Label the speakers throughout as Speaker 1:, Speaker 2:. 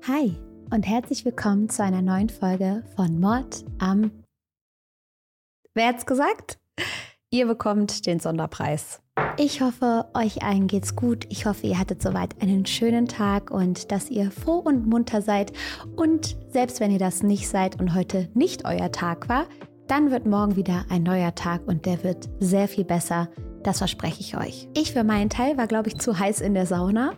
Speaker 1: Hi und herzlich willkommen zu einer neuen Folge von Mord am... Wer hat's gesagt? Ihr bekommt den Sonderpreis. Ich hoffe, euch allen geht's gut. Ich hoffe, ihr hattet soweit einen schönen Tag und dass ihr froh und munter seid. Und selbst wenn ihr das nicht seid und heute nicht euer Tag war, dann wird morgen wieder ein neuer Tag und der wird sehr viel besser. Das verspreche ich euch. Ich für meinen Teil war, glaube ich, zu heiß in der Sauna.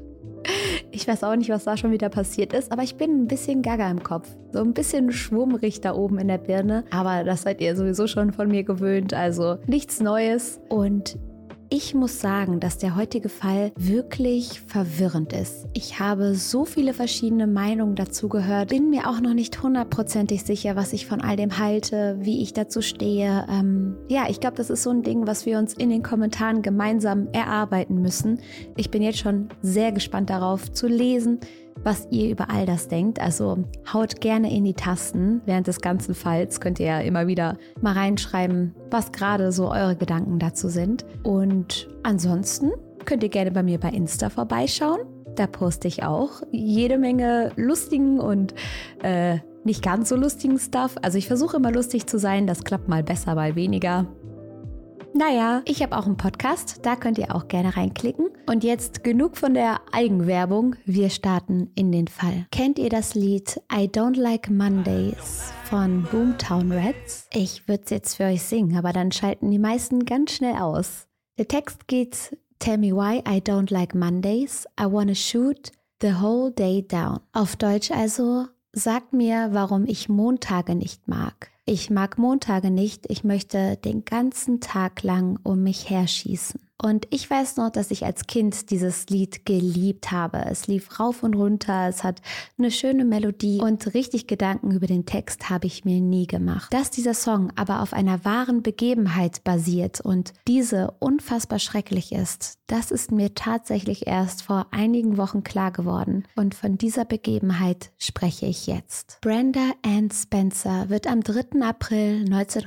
Speaker 1: Ich weiß auch nicht, was da schon wieder passiert ist, aber ich bin ein bisschen gaga im Kopf. So ein bisschen schwummrig da oben in der Birne. Aber das seid ihr sowieso schon von mir gewöhnt, also nichts Neues. Und ich muss sagen, dass der heutige Fall wirklich verwirrend ist. Ich habe so viele verschiedene Meinungen dazu gehört, bin mir auch noch nicht hundertprozentig sicher, was ich von all dem halte, wie ich dazu stehe. Ich glaube, das ist so ein Ding, was wir uns in den Kommentaren gemeinsam erarbeiten müssen. Ich bin jetzt schon sehr gespannt darauf zu lesen, was ihr über all das denkt. Also haut gerne in die Tasten. Während des ganzen Falls könnt ihr ja immer wieder mal reinschreiben, was gerade so eure Gedanken dazu sind. Und ansonsten könnt ihr gerne bei mir bei Insta vorbeischauen. Da poste ich auch jede Menge lustigen und nicht ganz so lustigen Stuff. Also ich versuche immer lustig zu sein. Das klappt mal besser, mal weniger. Naja, ich habe auch einen Podcast, da könnt ihr auch gerne reinklicken. Und jetzt genug von der Eigenwerbung, wir starten in den Fall. Kennt ihr das Lied I Don't Like Mondays von Boomtown Rats? Ich würde es jetzt für euch singen, aber dann schalten die meisten ganz schnell aus. Der Text geht: Tell me why I don't like Mondays, I wanna shoot the whole day down. Auf Deutsch also: Sagt mir, warum ich Montage nicht mag. Ich mag Montage nicht, ich möchte den ganzen Tag lang um mich herschießen. Und ich weiß noch, dass ich als Kind dieses Lied geliebt habe. Es lief rauf und runter, es hat eine schöne Melodie und richtig Gedanken über den Text habe ich mir nie gemacht. Dass dieser Song aber auf einer wahren Begebenheit basiert und diese unfassbar schrecklich ist, das ist mir tatsächlich erst vor einigen Wochen klar geworden. Und von dieser Begebenheit spreche ich jetzt. Brenda Ann Spencer wird am 3. April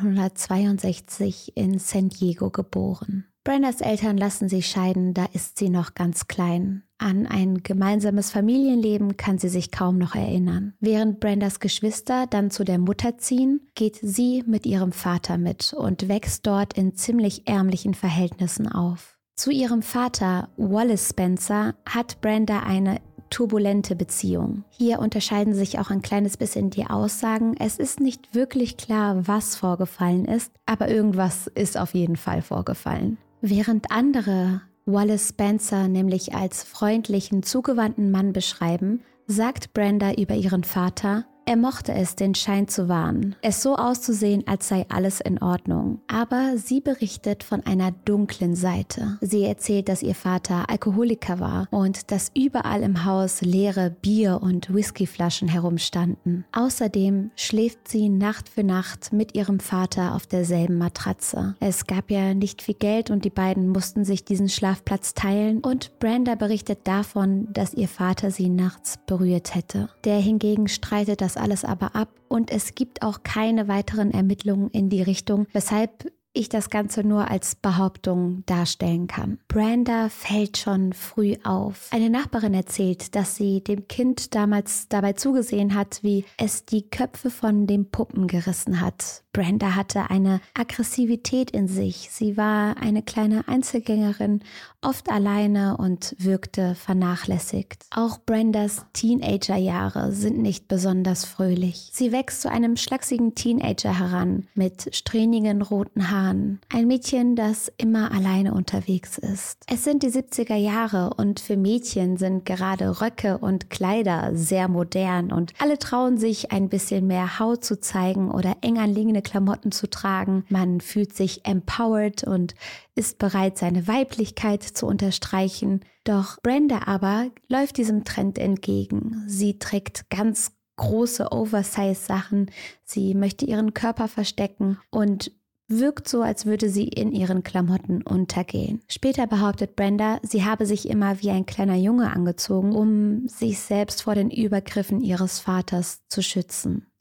Speaker 1: 1962 in San Diego geboren. Brendas Eltern lassen sie scheiden, da ist sie noch ganz klein. An ein gemeinsames Familienleben kann sie sich kaum noch erinnern. Während Brendas Geschwister dann zu der Mutter ziehen, geht sie mit ihrem Vater mit und wächst dort in ziemlich ärmlichen Verhältnissen auf. Zu ihrem Vater, Wallace Spencer, hat Brenda eine turbulente Beziehung. Hier unterscheiden sich auch ein kleines bisschen die Aussagen. Es ist nicht wirklich klar, was vorgefallen ist, aber irgendwas ist auf jeden Fall vorgefallen. Während andere Wallace Spencer nämlich als freundlichen, zugewandten Mann beschreiben, sagt Brenda über ihren Vater: Er mochte es, den Schein zu wahren, es so auszusehen, als sei alles in Ordnung. Aber sie berichtet von einer dunklen Seite. Sie erzählt, dass ihr Vater Alkoholiker war und dass überall im Haus leere Bier- und Whiskyflaschen herumstanden. Außerdem schläft sie Nacht für Nacht mit ihrem Vater auf derselben Matratze. Es gab ja nicht viel Geld und die beiden mussten sich diesen Schlafplatz teilen und Brenda berichtet davon, dass ihr Vater sie nachts berührt hätte. Der hingegen streitet das alles aber ab und es gibt auch keine weiteren Ermittlungen in die Richtung, weshalb ich das Ganze nur als Behauptung darstellen kann. Brenda fällt schon früh auf. Eine Nachbarin erzählt, dass sie dem Kind damals dabei zugesehen hat, wie es die Köpfe von den Puppen gerissen hat. Brenda hatte eine Aggressivität in sich. Sie war eine kleine Einzelgängerin, oft alleine und wirkte vernachlässigt. Auch Brendas Teenagerjahre sind nicht besonders fröhlich. Sie wächst zu einem schlachsigen Teenager heran mit strähnigen roten Haaren. Ein Mädchen, das immer alleine unterwegs ist. Es sind die 70er Jahre und für Mädchen sind gerade Röcke und Kleider sehr modern und alle trauen sich ein bisschen mehr Haut zu zeigen oder eng anliegende Klamotten zu tragen. Man fühlt sich empowered und ist bereit, seine Weiblichkeit zu unterstreichen. Doch Brenda aber läuft diesem Trend entgegen. Sie trägt ganz große Oversize-Sachen. Sie möchte ihren Körper verstecken und wirkt so, als würde sie in ihren Klamotten untergehen. Später behauptet Brenda, sie habe sich immer wie ein kleiner Junge angezogen, um sich selbst vor den Übergriffen ihres Vaters zu schützen.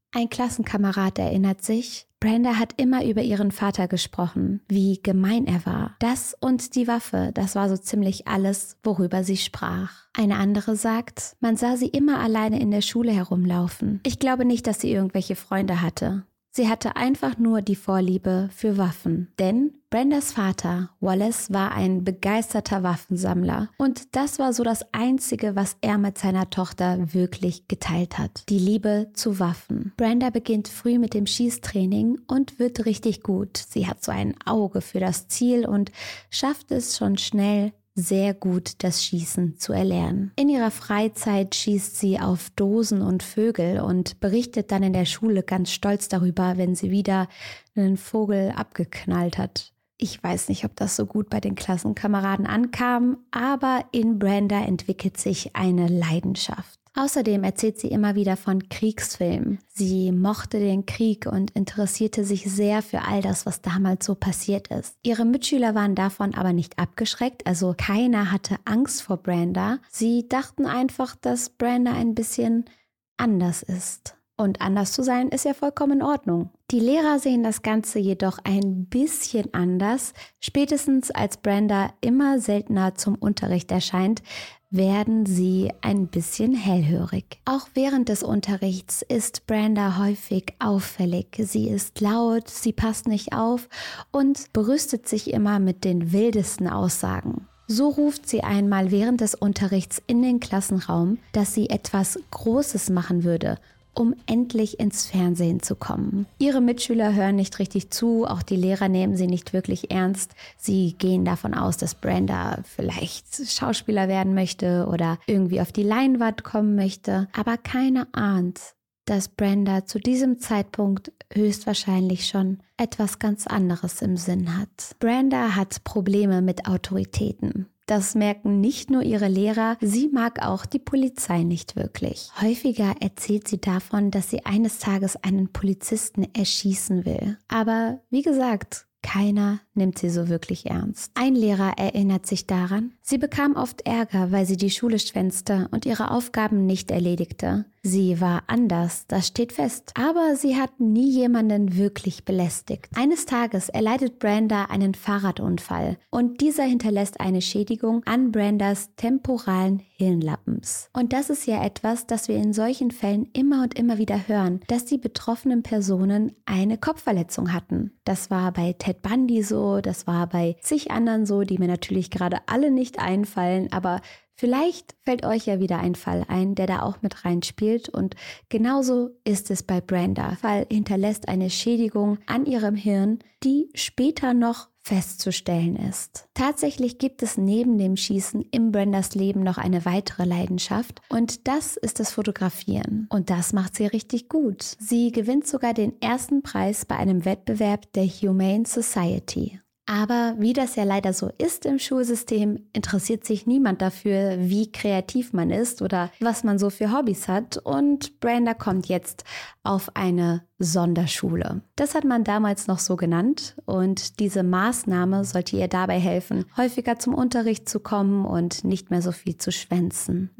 Speaker 1: Ein Klassenkamerad erinnert sich, Brenda hat immer über ihren Vater gesprochen, wie gemein er war. Das und die Waffe, das war so ziemlich alles, worüber sie sprach. Eine andere sagt, man sah sie immer alleine in der Schule herumlaufen. Ich glaube nicht, dass sie irgendwelche Freunde hatte. Sie hatte einfach nur die Vorliebe für Waffen. Denn Brendas Vater, Wallace, war ein begeisterter Waffensammler. Und das war so das Einzige, was er mit seiner Tochter wirklich geteilt hat. Die Liebe zu Waffen. Brenda beginnt früh mit dem Schießtraining und wird richtig gut. Sie hat so ein Auge für das Ziel und schafft es schon schnell, sehr gut das Schießen zu erlernen. In ihrer Freizeit schießt sie auf Dosen und Vögel und berichtet dann in der Schule ganz stolz darüber, wenn sie wieder einen Vogel abgeknallt hat. Ich weiß nicht, ob das so gut bei den Klassenkameraden ankam, aber in Brenda entwickelt sich eine Leidenschaft. Außerdem erzählt sie immer wieder von Kriegsfilmen. Sie mochte den Krieg und interessierte sich sehr für all das, was damals so passiert ist. Ihre Mitschüler waren davon aber nicht abgeschreckt, also keiner hatte Angst vor Brenda. Sie dachten einfach, dass Brenda ein bisschen anders ist. Und anders zu sein ist ja vollkommen in Ordnung. Die Lehrer sehen das Ganze jedoch ein bisschen anders. Spätestens als Brenda immer seltener zum Unterricht erscheint, werden sie ein bisschen hellhörig. Auch während des Unterrichts ist Brenda häufig auffällig. Sie ist laut, sie passt nicht auf und brüstet sich immer mit den wildesten Aussagen. So ruft sie einmal während des Unterrichts in den Klassenraum, dass sie etwas Großes machen würde, um endlich ins Fernsehen zu kommen. Ihre Mitschüler hören nicht richtig zu, auch die Lehrer nehmen sie nicht wirklich ernst. Sie gehen davon aus, dass Brenda vielleicht Schauspieler werden möchte oder irgendwie auf die Leinwand kommen möchte. Aber keiner ahnt, dass Brenda zu diesem Zeitpunkt höchstwahrscheinlich schon etwas ganz anderes im Sinn hat. Brenda hat Probleme mit Autoritäten. Das merken nicht nur ihre Lehrer, sie mag auch die Polizei nicht wirklich. Häufiger erzählt sie davon, dass sie eines Tages einen Polizisten erschießen will. Aber wie gesagt, keiner nimmt sie so wirklich ernst. Ein Lehrer erinnert sich daran, sie bekam oft Ärger, weil sie die Schule schwänzte und ihre Aufgaben nicht erledigte. Sie war anders, das steht fest. Aber sie hat nie jemanden wirklich belästigt. Eines Tages erleidet Brenda einen Fahrradunfall und dieser hinterlässt eine Schädigung an Brendas temporalen Hirnlappens. Und das ist ja etwas, das wir in solchen Fällen immer und immer wieder hören, dass die betroffenen Personen eine Kopfverletzung hatten. Das war bei Ted Bundy so, das war bei zig anderen so, die mir natürlich gerade alle nicht einfallen, aber vielleicht fällt euch ja wieder ein Fall ein, der da auch mit reinspielt und genauso ist es bei Brenda. Der Fall hinterlässt eine Schädigung an ihrem Hirn, die später noch festzustellen ist. Tatsächlich gibt es neben dem Schießen in Brendas Leben noch eine weitere Leidenschaft und das ist das Fotografieren. Und das macht sie richtig gut. Sie gewinnt sogar den ersten Preis bei einem Wettbewerb der Humane Society. Aber wie das ja leider so ist im Schulsystem, interessiert sich niemand dafür, wie kreativ man ist oder was man so für Hobbys hat. Und Brenda kommt jetzt auf eine Sonderschule. Das hat man damals noch so genannt und diese Maßnahme sollte ihr dabei helfen, häufiger zum Unterricht zu kommen und nicht mehr so viel zu schwänzen.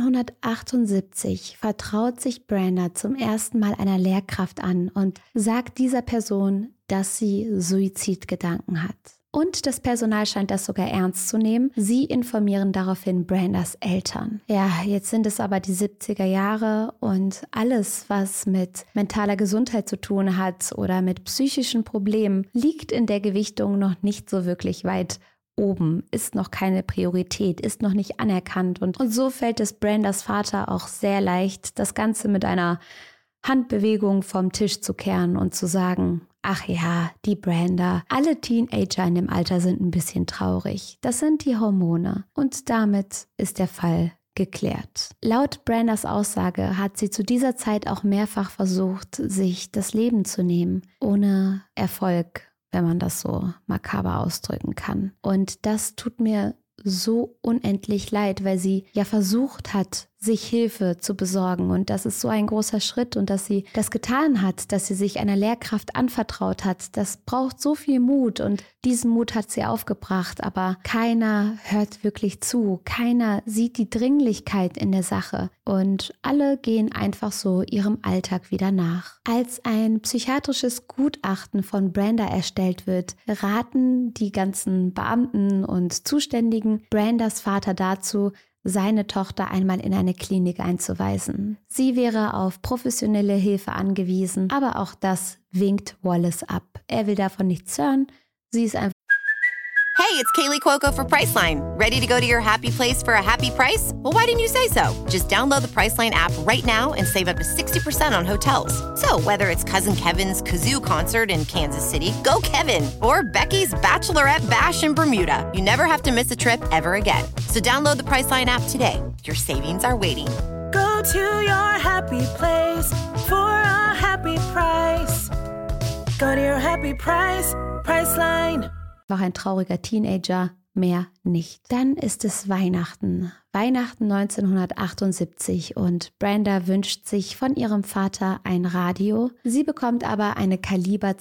Speaker 1: 1978 vertraut sich Brenda zum ersten Mal einer Lehrkraft an und sagt dieser Person, dass sie Suizidgedanken hat. Und das Personal scheint das sogar ernst zu nehmen. Sie informieren daraufhin Brendas Eltern. Ja, jetzt sind es aber die 70er Jahre und alles, was mit mentaler Gesundheit zu tun hat oder mit psychischen Problemen, liegt in der Gewichtung noch nicht so wirklich weit oben, ist noch keine Priorität, ist noch nicht anerkannt. Und so fällt es Brendas Vater auch sehr leicht, das Ganze mit einer Handbewegung vom Tisch zu kehren und zu sagen, ach ja, die Brenda, alle Teenager in dem Alter sind ein bisschen traurig. Das sind die Hormone. Und damit ist der Fall geklärt. Laut Brendas Aussage hat sie zu dieser Zeit auch mehrfach versucht, sich das Leben zu nehmen, ohne Erfolg, wenn man das so makaber ausdrücken kann. Und das tut mir so unendlich leid, weil sie ja versucht hat, sich Hilfe zu besorgen. Und das ist so ein großer Schritt und dass sie das getan hat, dass sie sich einer Lehrkraft anvertraut hat. Das braucht so viel Mut und diesen Mut hat sie aufgebracht, aber keiner hört wirklich zu. Keiner sieht die Dringlichkeit in der Sache und alle gehen einfach so ihrem Alltag wieder nach. Als ein psychiatrisches Gutachten von Brenda erstellt wird, raten die ganzen Beamten und Zuständigen Brendas Vater dazu, seine Tochter einmal in eine Klinik einzuweisen. Sie wäre auf professionelle Hilfe angewiesen, aber auch das winkt Wallace ab. Er will davon nichts hören. Sie ist einfach.
Speaker 2: Hey, it's Kaylee Cuoco for Priceline. Ready to go to your happy place for a happy price? Well, why didn't you say so? Just download the Priceline app right now and save up to 60% on hotels. So whether it's Cousin Kevin's Kazoo Concert in Kansas City, go Kevin, or Becky's Bachelorette Bash in Bermuda, you never have to miss a trip ever again. So download the Priceline app today. Your savings are waiting.
Speaker 3: Go to your happy place for a happy price. Go to your happy price, Priceline.
Speaker 1: Auch ein trauriger Teenager, mehr nicht. Dann ist es Weihnachten 1978 und Brenda wünscht sich von ihrem Vater ein Radio. Sie bekommt aber eine Kaliber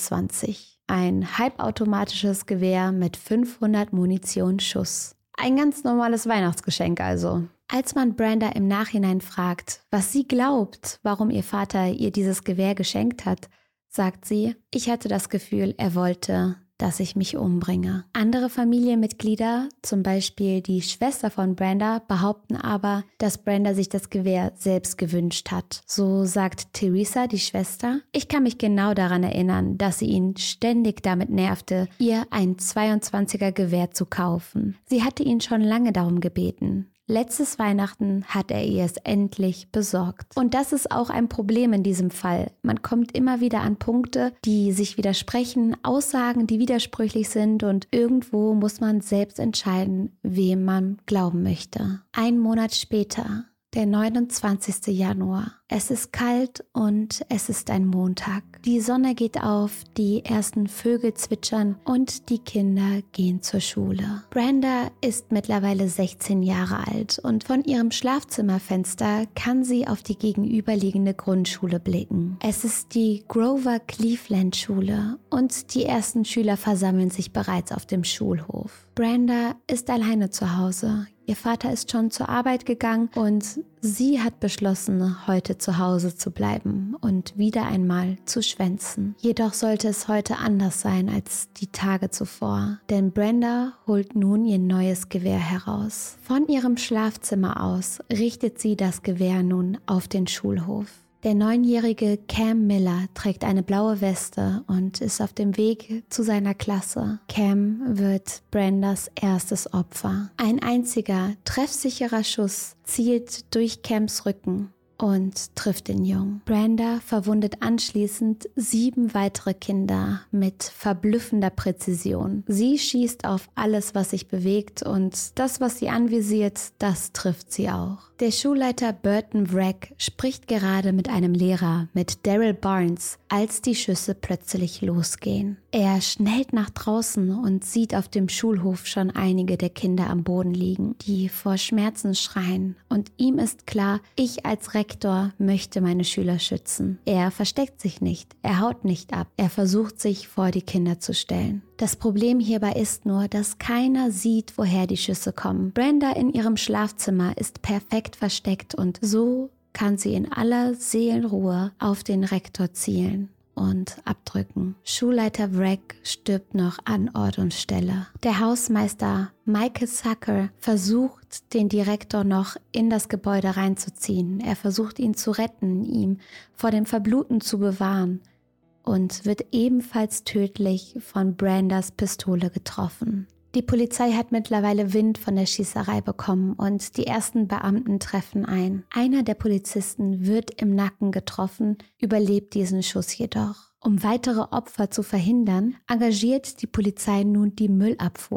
Speaker 1: 22, ein halbautomatisches Gewehr mit 500 Munition Schuss. Ein ganz normales Weihnachtsgeschenk also. Als man Brenda im Nachhinein fragt, was sie glaubt, warum ihr Vater ihr dieses Gewehr geschenkt hat, sagt sie, ich hatte das Gefühl, er wollte, dass ich mich umbringe. Andere Familienmitglieder, zum Beispiel die Schwester von Brenda, behaupten aber, dass Brenda sich das Gewehr selbst gewünscht hat. So sagt Teresa, die Schwester, ich kann mich genau daran erinnern, dass sie ihn ständig damit nervte, ihr ein 22er Gewehr zu kaufen. Sie hatte ihn schon lange darum gebeten. Letztes Weihnachten hat er ihr es endlich besorgt. Und das ist auch ein Problem in diesem Fall. Man kommt immer wieder an Punkte, die sich widersprechen, Aussagen, die widersprüchlich sind und irgendwo muss man selbst entscheiden, wem man glauben möchte. Ein Monat später, der 29. Januar. Es ist kalt und es ist ein Montag. Die Sonne geht auf, die ersten Vögel zwitschern und die Kinder gehen zur Schule. Brenda ist mittlerweile 16 Jahre alt und von ihrem Schlafzimmerfenster kann sie auf die gegenüberliegende Grundschule blicken. Es ist die Grover Cleveland Schule und die ersten Schüler versammeln sich bereits auf dem Schulhof. Brenda ist alleine zu Hause. Ihr Vater ist schon zur Arbeit gegangen und sie hat beschlossen, heute zu Hause zu bleiben und wieder einmal zu schwänzen. Jedoch sollte es heute anders sein als die Tage zuvor, denn Brenda holt nun ihr neues Gewehr heraus. Von ihrem Schlafzimmer aus richtet sie das Gewehr nun auf den Schulhof. Der 9-jährige Cam Miller trägt eine blaue Weste und ist auf dem Weg zu seiner Klasse. Cam wird Brendas erstes Opfer. Ein einziger, treffsicherer Schuss zielt durch Cams Rücken und trifft den Jungen. Brenda verwundet anschließend 7 weitere Kinder mit verblüffender Präzision. Sie schießt auf alles, was sich bewegt und das, was sie anvisiert, das trifft sie auch. Der Schulleiter Burton Wreck spricht gerade mit einem Lehrer, mit Daryl Barnes, als die Schüsse plötzlich losgehen. Er schnellt nach draußen und sieht auf dem Schulhof schon einige der Kinder am Boden liegen, die vor Schmerzen schreien. Und ihm ist klar, ich als Rektor möchte meine Schüler schützen. Er versteckt sich nicht, er haut nicht ab, er versucht sich vor die Kinder zu stellen. Das Problem hierbei ist nur, dass keiner sieht, woher die Schüsse kommen. Brenda in ihrem Schlafzimmer ist perfekt versteckt und so kann sie in aller Seelenruhe auf den Rektor zielen und abdrücken. Schulleiter Wreck stirbt noch an Ort und Stelle. Der Hausmeister Michael Zucker versucht, den Direktor noch in das Gebäude reinzuziehen. Er versucht, ihn zu retten, ihm vor dem Verbluten zu bewahren und wird ebenfalls tödlich von Brendas Pistole getroffen. Die Polizei hat mittlerweile Wind von der Schießerei bekommen und die ersten Beamten treffen ein. Einer der Polizisten wird im Nacken getroffen, überlebt diesen Schuss jedoch. Um weitere Opfer zu verhindern, engagiert die Polizei nun die Müllabfuhr.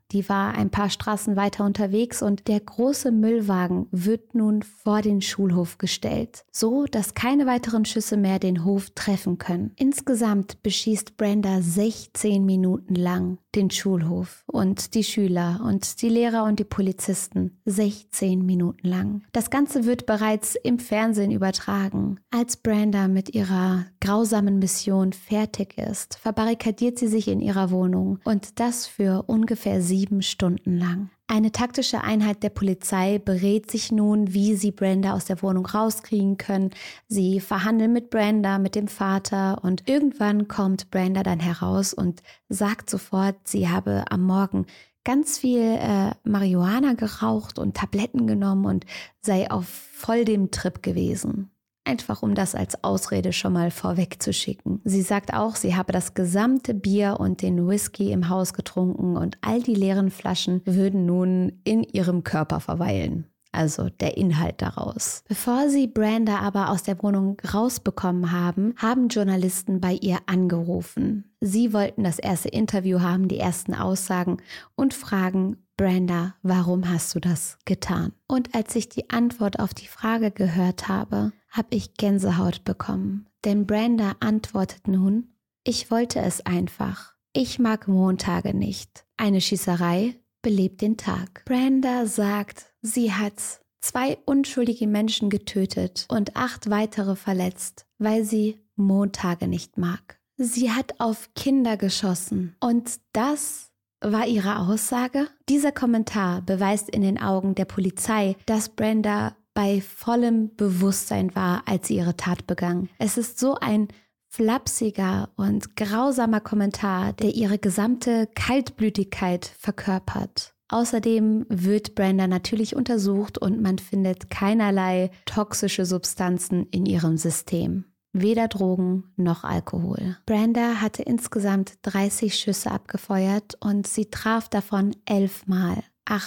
Speaker 1: Die war ein paar Straßen weiter unterwegs und der große Müllwagen wird nun vor den Schulhof gestellt, so dass keine weiteren Schüsse mehr den Hof treffen können. Insgesamt beschießt Brenda 16 Minuten lang den Schulhof und die Schüler und die Lehrer und die Polizisten 16 Minuten lang. Das Ganze wird bereits im Fernsehen übertragen. Als Brenda mit ihrer grausamen Mission fertig ist, verbarrikadiert sie sich in ihrer Wohnung und das für ungefähr 7 Stunden lang. Eine taktische Einheit der Polizei berät sich nun, wie sie Brenda aus der Wohnung rauskriegen können. Sie verhandeln mit Brenda, mit dem Vater und irgendwann kommt Brenda dann heraus und sagt sofort, sie habe am Morgen ganz viel Marihuana geraucht und Tabletten genommen und sei auf voll dem Trip gewesen. Einfach um das als Ausrede schon mal vorweg zu schicken. Sie sagt auch, sie habe das gesamte Bier und den Whisky im Haus getrunken und all die leeren Flaschen würden nun in ihrem Körper verweilen. Also der Inhalt daraus. Bevor sie Brenda aber aus der Wohnung rausbekommen haben, haben Journalisten bei ihr angerufen. Sie wollten das erste Interview haben, die ersten Aussagen und fragen, Brenda, warum hast du das getan? Und als ich die Antwort auf die Frage gehört habe, habe ich Gänsehaut bekommen. Denn Brenda antwortet nun, ich wollte es einfach. Ich mag Montage nicht. Eine Schießerei belebt den Tag. Brenda sagt, sie hat 2 unschuldige Menschen getötet und 8 weitere verletzt, weil sie Montage nicht mag. Sie hat auf Kinder geschossen und das war ihre Aussage? Dieser Kommentar beweist in den Augen der Polizei, dass Brenda bei vollem Bewusstsein war, als sie ihre Tat begangen. Es ist so ein flapsiger und grausamer Kommentar, der ihre gesamte Kaltblütigkeit verkörpert. Außerdem wird Brenda natürlich untersucht und man findet keinerlei toxische Substanzen in ihrem System. Weder Drogen noch Alkohol. Brenda hatte insgesamt 30 Schüsse abgefeuert und sie traf davon 11 Mal.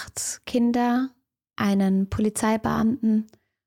Speaker 1: 8 Kinder, einen Polizeibeamten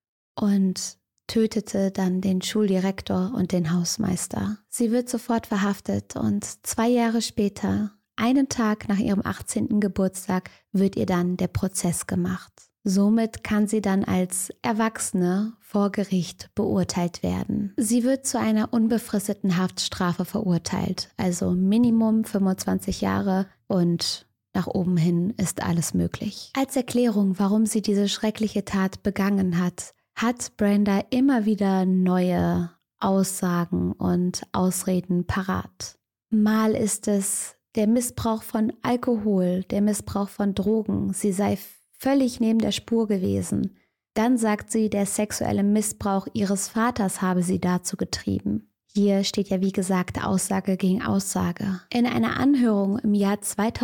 Speaker 1: und tötete dann den Schuldirektor und den Hausmeister. Sie wird sofort verhaftet und 2 Jahre später, einen Tag nach ihrem 18. Geburtstag, wird ihr dann der Prozess gemacht. Somit kann sie dann als Erwachsene vor Gericht beurteilt werden. Sie wird zu einer unbefristeten Haftstrafe verurteilt, also Minimum 25 Jahre und nach oben hin ist alles möglich. Als Erklärung, warum sie diese schreckliche Tat begangen hat, hat Brenda immer wieder neue Aussagen und Ausreden parat. Mal ist es der Missbrauch von Alkohol, der Missbrauch von Drogen, sie sei völlig neben der Spur gewesen. Dann sagt sie, der sexuelle Missbrauch ihres Vaters habe sie dazu getrieben. Hier steht ja wie gesagt Aussage gegen Aussage. In einer Anhörung im Jahr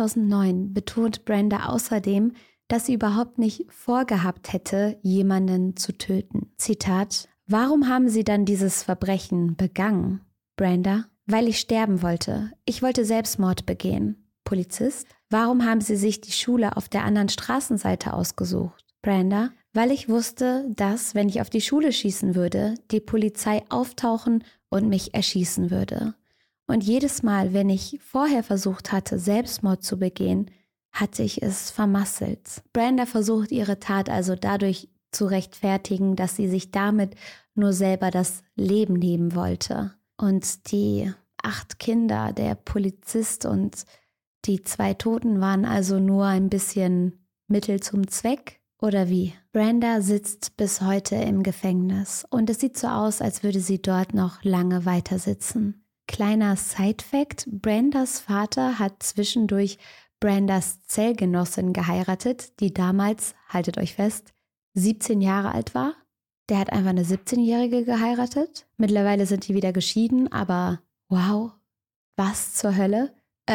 Speaker 1: 2009 betont Brenda außerdem, dass sie überhaupt nicht vorgehabt hätte, jemanden zu töten. Zitat: Warum haben Sie dann dieses Verbrechen begangen? Brenda: Weil ich sterben wollte. Ich wollte Selbstmord begehen. Polizist: Warum haben Sie sich die Schule auf der anderen Straßenseite ausgesucht? Brenda: Weil ich wusste, dass, wenn ich auf die Schule schießen würde, die Polizei auftauchen und mich erschießen würde. Und jedes Mal, wenn ich vorher versucht hatte, Selbstmord zu begehen, hatte ich es vermasselt. Brenda versucht ihre Tat also dadurch zu rechtfertigen, dass sie sich damit nur selber das Leben nehmen wollte. Und die 8 Kinder, der Polizist und die 2 Toten waren also nur ein bisschen Mittel zum Zweck, oder wie? Brenda sitzt bis heute im Gefängnis und es sieht so aus, als würde sie dort noch lange weiter sitzen. Kleiner Side-Fact: Brendas Vater hat zwischendurch Brendas Zellgenossin geheiratet, die damals, haltet euch fest, 17 Jahre alt war. Der hat einfach eine 17-Jährige geheiratet. Mittlerweile sind die wieder geschieden, aber wow, was zur Hölle?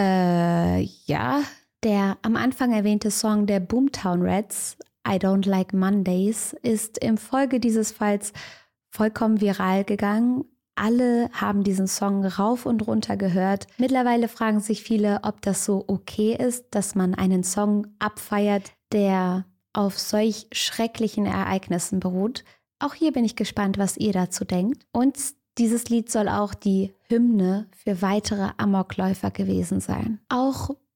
Speaker 1: Ja. Der am Anfang erwähnte Song der Boomtown Rats, I Don't Like Mondays, ist im Folge dieses Falls vollkommen viral gegangen. Alle haben diesen Song rauf und runter gehört. Mittlerweile fragen sich viele, ob das so okay ist, dass man einen Song abfeiert, der auf solch schrecklichen Ereignissen beruht. Auch hier bin ich gespannt, was ihr dazu denkt. Und dieses Lied soll auch die Hymne für weitere Amokläufer gewesen sein. Auch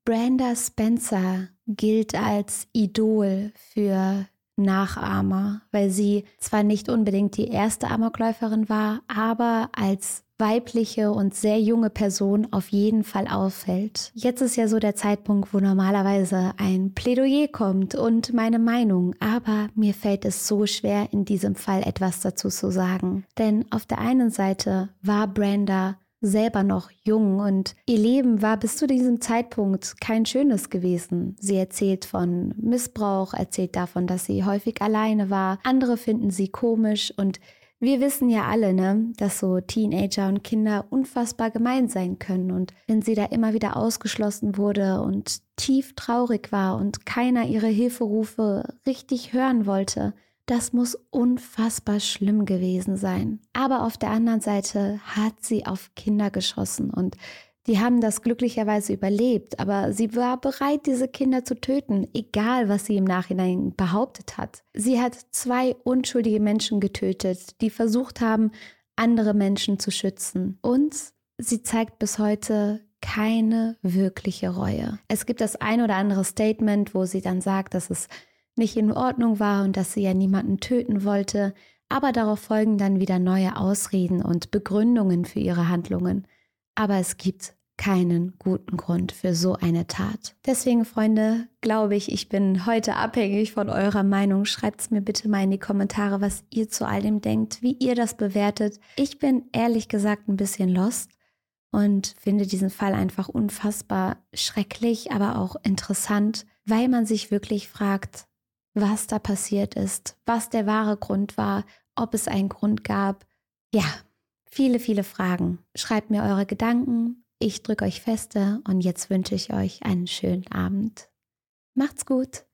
Speaker 1: Brenda Spencer gilt als Idol für Nachahmer, weil sie zwar nicht unbedingt die erste Amokläuferin war, aber als weibliche und sehr junge Person auf jeden Fall auffällt. Jetzt ist ja so der Zeitpunkt, wo normalerweise ein Plädoyer kommt und meine Meinung, aber mir fällt es so schwer, in diesem Fall etwas dazu zu sagen. Denn auf der einen Seite war Brenda selber noch jung und ihr Leben war bis zu diesem Zeitpunkt kein schönes gewesen. Sie erzählt von Missbrauch, erzählt davon, dass sie häufig alleine war. Andere finden sie komisch und wir wissen ja alle, ne, dass so Teenager und Kinder unfassbar gemein sein können. Und wenn sie da immer wieder ausgeschlossen wurde und tief traurig war und keiner ihre Hilferufe richtig hören wollte, das muss unfassbar schlimm gewesen sein. Aber auf der anderen Seite hat sie auf Kinder geschossen und die haben das glücklicherweise überlebt. Aber sie war bereit, diese Kinder zu töten, egal was sie im Nachhinein behauptet hat. Sie hat 2 unschuldige Menschen getötet, die versucht haben, andere Menschen zu schützen. Und sie zeigt bis heute keine wirkliche Reue. Es gibt das ein oder andere Statement, wo sie dann sagt, dass es nicht in Ordnung war und dass sie ja niemanden töten wollte, aber darauf folgen dann wieder neue Ausreden und Begründungen für ihre Handlungen. Aber es gibt keinen guten Grund für so eine Tat. Deswegen, Freunde, glaube ich bin heute abhängig von eurer Meinung. Schreibt es mir bitte mal in die Kommentare, was ihr zu all dem denkt, wie ihr das bewertet. Ich bin ehrlich gesagt ein bisschen lost und finde diesen Fall einfach unfassbar schrecklich, aber auch interessant, weil man sich wirklich fragt, was da passiert ist, was der wahre Grund war, ob es einen Grund gab. Ja, viele, viele Fragen. Schreibt mir eure Gedanken. Ich drücke euch feste und jetzt wünsche ich euch einen schönen Abend. Macht's gut.